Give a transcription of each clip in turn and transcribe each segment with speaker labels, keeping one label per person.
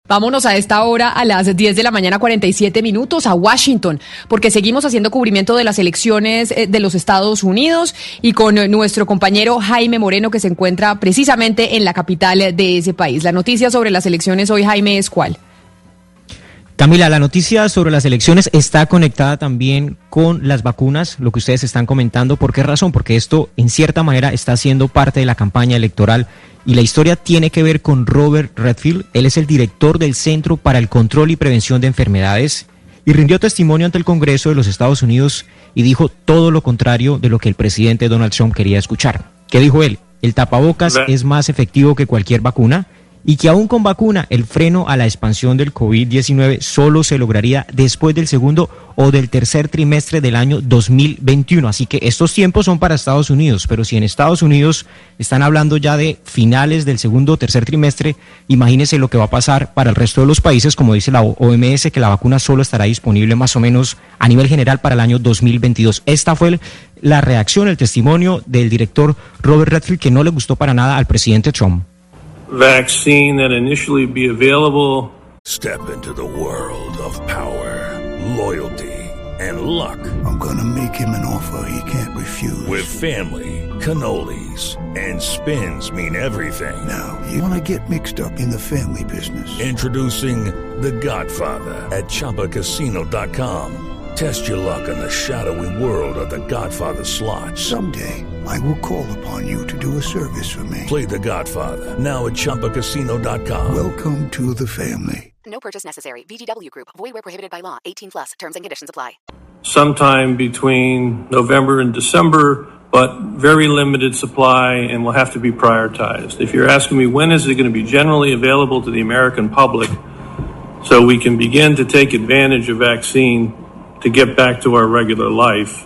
Speaker 1: Vámonos a esta hora a las 10 de la mañana, 47 minutos, a Washington, porque seguimos haciendo cubrimiento de las elecciones de los Estados Unidos y con nuestro compañero Jaime Moreno, que se encuentra precisamente en la capital de ese país. La noticia sobre las elecciones hoy, Jaime, ¿es cuál?
Speaker 2: Camila, la noticia sobre las elecciones está conectada también con las vacunas, lo que ustedes están comentando. ¿Por qué razón? Porque esto, en cierta manera, está siendo parte de la campaña electoral y la historia tiene que ver con Robert Redfield. Él es el director del Centro para el Control y Prevención de Enfermedades y rindió testimonio ante el Congreso de los Estados Unidos y dijo todo lo contrario de lo que el presidente Donald Trump quería escuchar. ¿Qué dijo él? El tapabocas es más efectivo que cualquier vacuna. Y que aún con vacuna, el freno a la expansión del COVID-19 solo se lograría después del segundo o del tercer trimestre del año 2021. Así que estos tiempos son para Estados Unidos, pero si en Estados Unidos están hablando ya de finales del segundo o tercer trimestre, imagínense lo que va a pasar para el resto de los países, como dice la OMS, que la vacuna solo estará disponible más o menos a nivel general para el año 2022. Esta fue la reacción, el testimonio del director Robert Redfield, que no le gustó para nada al presidente Trump.
Speaker 3: Vaccine that initially be available.
Speaker 4: Step into the world of power, loyalty, and luck.
Speaker 5: I'm gonna make him an offer he can't refuse.
Speaker 4: With family, cannolis, and spins mean everything.
Speaker 5: Now, you wanna get mixed up in the family business.
Speaker 4: Introducing The Godfather at ChumbaCasino.com. Test your luck in the shadowy world of The Godfather slot.
Speaker 5: Someday, I will call upon you to do a service for me.
Speaker 4: Play The Godfather, now at ChumbaCasino.com.
Speaker 5: Welcome to the family.
Speaker 6: No purchase necessary. VGW Group. Void where prohibited by law. 18+. Terms and conditions apply.
Speaker 3: Sometime between November and December, but very limited supply and will have to be prioritized. If you're asking me when is it going to be generally available to the American public so we can begin to take advantage of vaccine to get back to our regular life,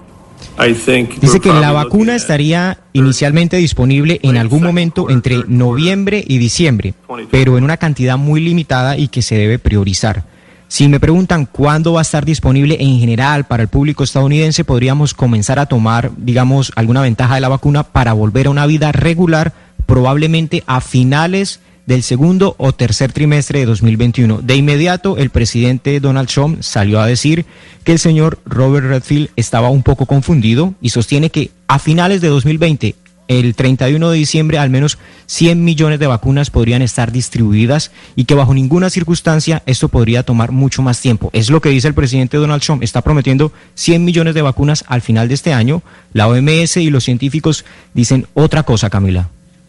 Speaker 2: dice que la vacuna estaría inicialmente disponible en algún momento entre noviembre y diciembre, pero en una cantidad muy limitada y que se debe priorizar. Si me preguntan cuándo va a estar disponible en general para el público estadounidense, podríamos comenzar a tomar, digamos, alguna ventaja de la vacuna para volver a una vida regular, probablemente a finales del segundo o tercer trimestre de 2021. De inmediato, el presidente Donald Trump salió a decir que el señor Robert Redfield estaba un poco confundido y sostiene que a finales de 2020, el 31 de diciembre, al menos 100 millones de vacunas podrían estar distribuidas y que bajo ninguna circunstancia esto podría tomar mucho más tiempo. Es lo que dice el presidente Donald Trump. Está prometiendo 100 millones de vacunas al final de este año. La OMS y los científicos dicen otra cosa, Camila.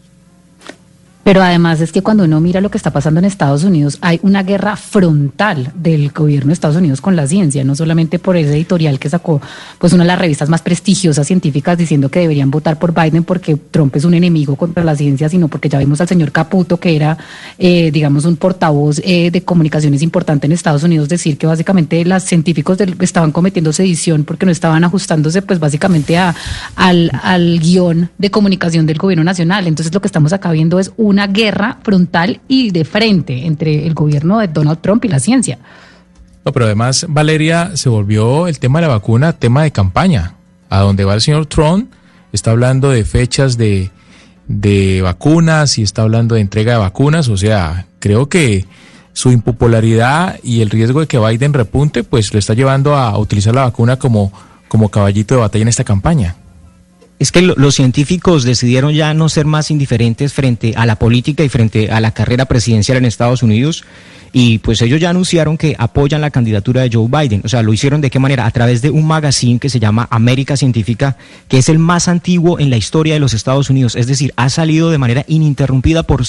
Speaker 7: Pero además es que cuando uno mira lo que está pasando en Estados Unidos, hay una guerra frontal del gobierno de Estados Unidos con la ciencia, no solamente por ese editorial que sacó pues una de las revistas más prestigiosas científicas diciendo que deberían votar por Biden porque Trump es un enemigo contra la ciencia, sino porque ya vimos al señor Caputo, que era, digamos, un portavoz de comunicaciones importante en Estados Unidos, decir que básicamente los científicos estaban cometiendo sedición porque no estaban ajustándose pues básicamente al guión de comunicación del gobierno nacional. Entonces lo que estamos acá viendo es una guerra frontal y de frente entre el gobierno de Donald Trump y la ciencia.
Speaker 8: No, pero además, Valeria, se volvió el tema de la vacuna tema de campaña. A donde va el señor Trump, está hablando de fechas de vacunas y está hablando de entrega de vacunas. O sea, creo que su impopularidad y el riesgo de que Biden repunte, pues lo está llevando a utilizar la vacuna como caballito de batalla en esta campaña.
Speaker 2: Es que los científicos decidieron ya no ser más indiferentes frente a la política y frente a la carrera presidencial en Estados Unidos y pues ellos ya anunciaron que apoyan la candidatura de Joe Biden. O sea, lo hicieron ¿de qué manera? A través de un magazine que se llama América Científica, que es el más antiguo en la historia de los Estados Unidos. Es decir, ha salido de manera ininterrumpida por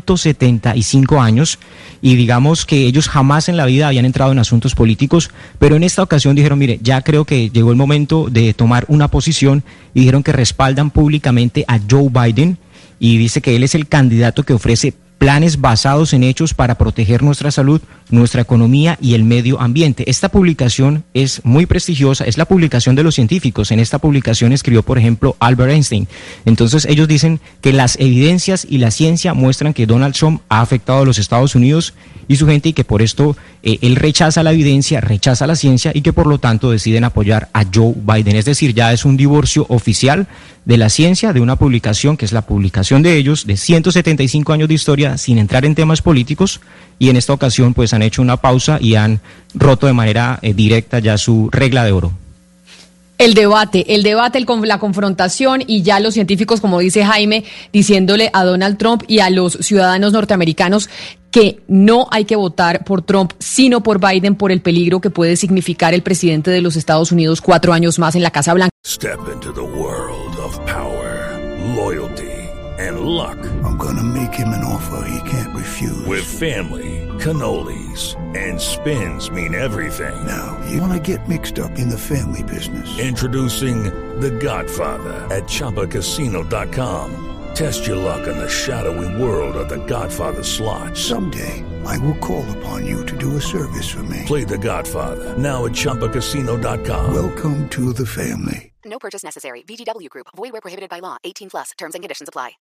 Speaker 2: 175 años y digamos que ellos jamás en la vida habían entrado en asuntos políticos, pero en esta ocasión dijeron, mire, ya creo que llegó el momento de tomar una posición y dijeron que respaldan públicamente a Joe Biden y dice que él es el candidato que ofrece planes basados en hechos para proteger nuestra salud, nuestra economía y el medio ambiente. Esta publicación es muy prestigiosa, es la publicación de los científicos. En esta publicación escribió, por ejemplo, Albert Einstein. Entonces ellos dicen que las evidencias y la ciencia muestran que Donald Trump ha afectado a los Estados Unidos y su gente y que por esto él rechaza la evidencia, rechaza la ciencia y que por lo tanto deciden apoyar a Joe Biden. Es decir, ya es un divorcio oficial de la ciencia, de una publicación que es la publicación de ellos, de 175 años de historia, sin entrar en temas políticos, y en esta ocasión pues han hecho una pausa y han roto de manera directa ya su regla de oro.
Speaker 1: El debate, la confrontación, y ya los científicos, como dice Jaime, diciéndole a Donald Trump y a los ciudadanos norteamericanos que no hay que votar por Trump, sino por Biden, por el peligro que puede significar el presidente de los Estados Unidos 4 años más en la Casa Blanca.
Speaker 4: Step into the world of power, loyalty, and luck.
Speaker 5: I'm gonna make him an offer he can't refuse.
Speaker 4: With family, cannolis, and spins mean everything.
Speaker 5: Now, you wanna get mixed up in the family business.
Speaker 4: Introducing The Godfather at ChumbaCasino.com. Test your luck in the shadowy world of The Godfather slot.
Speaker 5: Someday, I will call upon you to do a service for me.
Speaker 4: Play The Godfather now at ChumbaCasino.com.
Speaker 5: Welcome to the family.
Speaker 6: No purchase necessary. VGW Group. Void where prohibited by law. 18+. Terms and conditions apply.